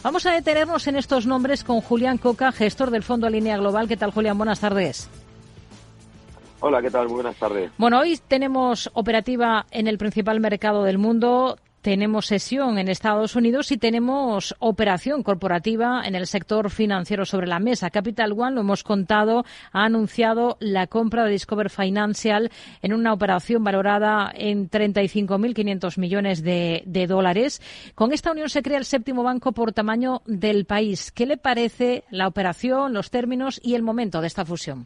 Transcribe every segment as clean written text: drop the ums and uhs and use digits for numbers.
Vamos a detenernos en estos nombres con Julián Coca, gestor del Fondo Alinea Global. ¿Qué tal, Julián? Buenas tardes. Hola, ¿qué tal? Muy buenas tardes. Bueno, hoy tenemos operativa en el principal mercado del mundo, tenemos sesión en Estados Unidos y tenemos operación corporativa en el sector financiero sobre la mesa. Capital One, lo hemos contado, ha anunciado la compra de Discover Financial en una operación valorada en 35.500 millones de dólares. Con esta unión se crea el séptimo banco por tamaño del país. ¿Qué le parece la operación, los términos y el momento de esta fusión?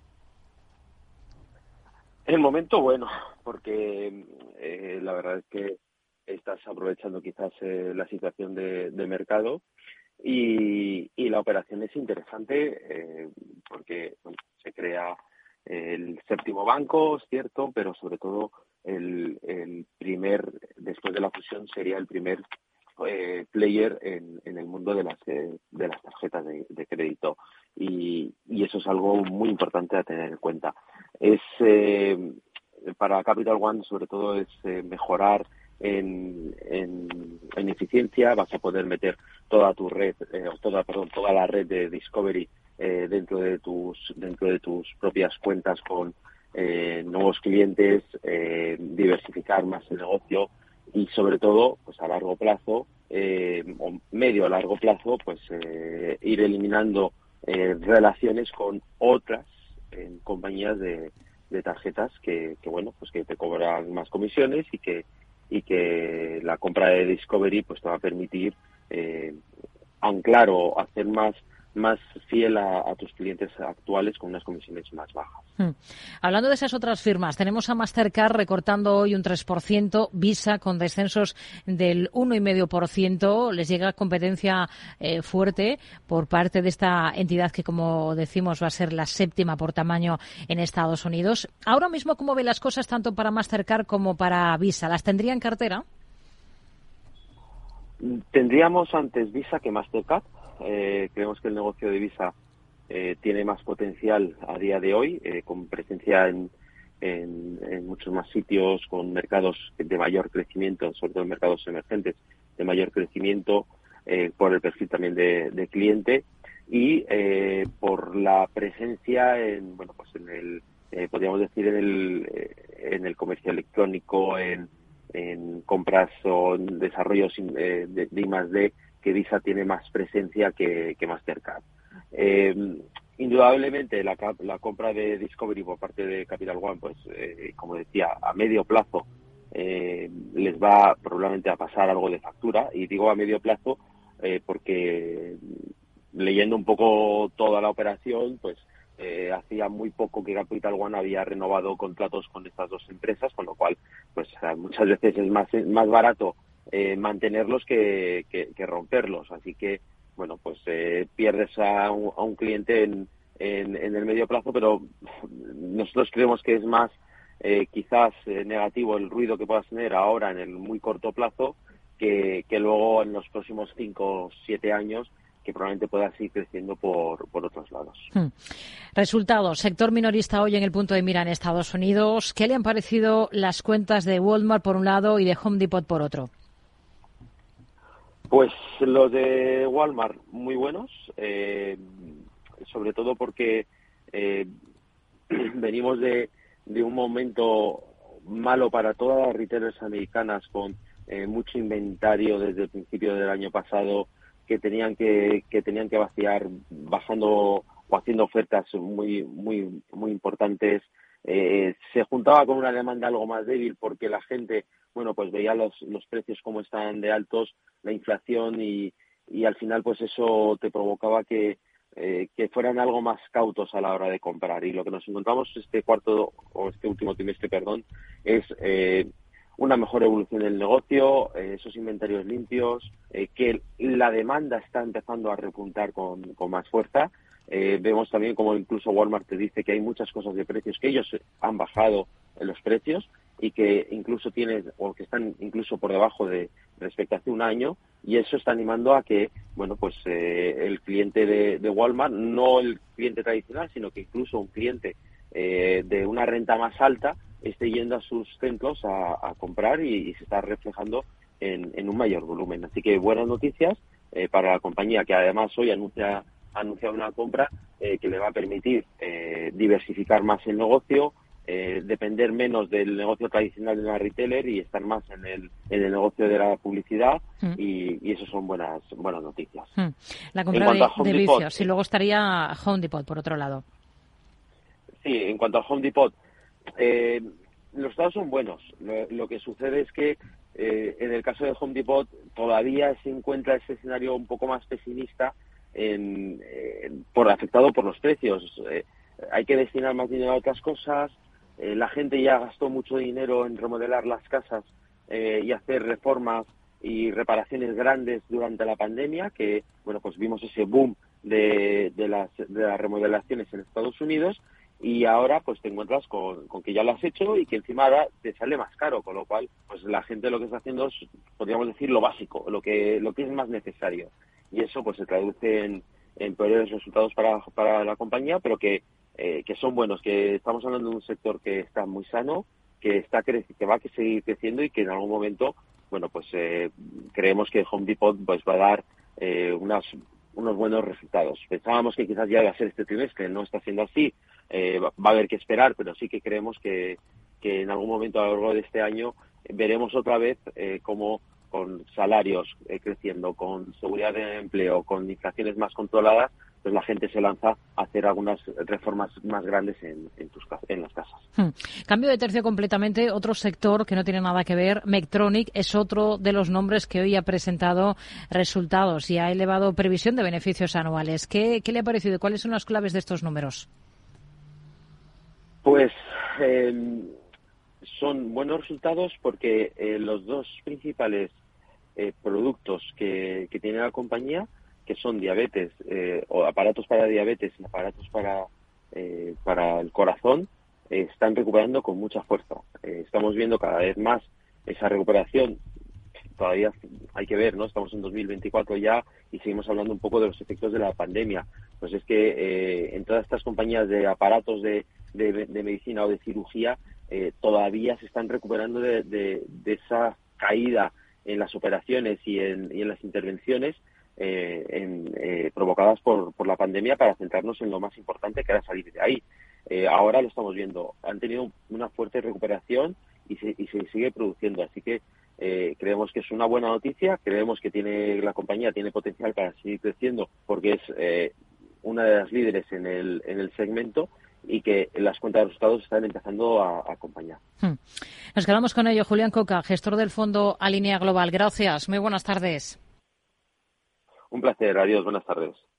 El momento, bueno, porque la verdad es que estás aprovechando quizás la situación de mercado y la operación es interesante porque bueno, se crea el séptimo banco, es cierto, pero sobre todo el primer, después de la fusión, sería el primer player en el mundo de las tarjetas de crédito y eso es algo muy importante a tener en cuenta. Es para Capital One sobre todo es mejorar en eficiencia. Vas a poder meter toda tu red, toda la red de Discovery dentro de tus propias cuentas con nuevos clientes, diversificar más el negocio y sobre todo, pues a largo plazo o medio a largo plazo, pues ir eliminando relaciones con otras compañías de tarjetas que bueno, pues que te cobran más comisiones y que la compra de Discovery pues te va a permitir anclar o hacer más fiel a tus clientes actuales con unas comisiones más bajas. Hablando de esas otras firmas, tenemos a Mastercard recortando hoy un 3%, Visa con descensos del 1,5%. Les llega competencia fuerte por parte de esta entidad que, como decimos, va a ser la séptima por tamaño en Estados Unidos. Ahora mismo, ¿cómo ve las cosas tanto para Mastercard como para Visa? ¿Las tendría en cartera? Tendríamos antes Visa que Mastercard. Creemos que el negocio de Visa tiene más potencial a día de hoy, con presencia en muchos más sitios, con mercados de mayor crecimiento, sobre todo en mercados emergentes, de mayor crecimiento, por el perfil también de cliente y por la presencia en podríamos decir en el comercio electrónico, en compras o en desarrollos de I+D, que Visa tiene más presencia que Mastercard. Indudablemente la compra de Discovery por parte de Capital One, pues como decía, a medio plazo les va probablemente a pasar algo de factura, y digo a medio plazo porque leyendo un poco toda la operación, pues hacía muy poco que Capital One había renovado contratos con estas dos empresas, con lo cual pues muchas veces es más barato mantenerlos que romperlos, así que bueno, pues pierdes a un cliente en el medio plazo, pero nosotros creemos que es más quizás negativo el ruido que puedas tener ahora en el muy corto plazo que luego en los próximos 5 o 7 años, que probablemente pueda seguir creciendo por otros lados. Resultados. Sector minorista hoy en el punto de mira en Estados Unidos. ¿Qué le han parecido las cuentas de Walmart por un lado y de Home Depot por otro? Pues los de Walmart muy buenos, sobre todo porque venimos de un momento malo para todas las retailers americanas, con mucho inventario desde el principio del año pasado que tenían que vaciar bajando o haciendo ofertas muy importantes. Se juntaba con una demanda algo más débil porque la gente pues veía los precios como estaban de altos, la inflación y al final pues eso te provocaba que fueran algo más cautos a la hora de comprar. Y lo que nos encontramos este último trimestre, es una mejor evolución del negocio, esos inventarios limpios, que la demanda está empezando a repuntar con más fuerza. Vemos también como incluso Walmart te dice que hay muchas cosas de precios que ellos han bajado en los precios y que incluso tienen o que están incluso por debajo de respecto a hace un año, y eso está animando a que el cliente de Walmart, no el cliente tradicional, sino que incluso un cliente de una renta más alta esté yendo a sus centros a comprar y se está reflejando en un mayor volumen. Así que buenas noticias. para la compañía, que además hoy ha anunciado una compra que le va a permitir diversificar más el negocio, depender menos del negocio tradicional de una retailer y estar más en el negocio de la publicidad, y eso son buenas noticias. La compra de vicios, y luego estaría Home Depot, por otro lado. Sí, en cuanto al Home Depot, los datos son buenos. Lo que sucede es que en el caso de Home Depot todavía se encuentra ese escenario un poco más pesimista afectado por los precios. Hay que destinar más dinero a otras cosas. La gente ya gastó mucho dinero en remodelar las casas y hacer reformas y reparaciones grandes durante la pandemia, que bueno, pues vimos ese boom de las remodelaciones en Estados Unidos, y ahora pues te encuentras con que ya lo has hecho y que encima ahora te sale más caro, con lo cual pues la gente lo que está haciendo es, podríamos decir, lo básico, lo que es más necesario, y eso pues se traduce en peores resultados para la compañía, pero que son buenos, que estamos hablando de un sector que está muy sano, que va a seguir creciendo, y que en algún momento, bueno, pues creemos que Home Depot pues va a dar unos buenos resultados. Pensábamos que quizás ya iba a ser este trimestre, no está siendo así, va a haber que esperar, pero sí que creemos que en algún momento a lo largo de este año veremos otra vez cómo, con salarios creciendo, con seguridad de empleo, con inflaciones más controladas, pues la gente se lanza a hacer algunas reformas más grandes en las casas. Cambio de tercio completamente, otro sector que no tiene nada que ver. Medtronic es otro de los nombres que hoy ha presentado resultados y ha elevado previsión de beneficios anuales. ¿Qué le ha parecido? ¿Cuáles son las claves de estos números? Pues son buenos resultados porque los dos principales productos que tiene la compañía, que son diabetes, o aparatos para diabetes y aparatos para el corazón, están recuperando con mucha fuerza. Estamos viendo cada vez más esa recuperación. Todavía hay que ver, ¿no? Estamos en 2024 ya y seguimos hablando un poco de los efectos de la pandemia. Pues es que en todas estas compañías de aparatos de medicina o de cirugía todavía se están recuperando de esa caída en las operaciones y en las intervenciones provocadas por la pandemia, para centrarnos en lo más importante, que era salir de ahí. Ahora lo estamos viendo, han tenido una fuerte recuperación y se sigue produciendo, así que creemos que es una buena noticia, creemos que la compañía tiene potencial para seguir creciendo, porque es una de las líderes en el segmento, y que las cuentas de resultados están empezando a acompañar. Nos quedamos con ello. Julián Coca, gestor del fondo Alinea Global. Gracias, muy buenas tardes. Un placer, adiós, buenas tardes.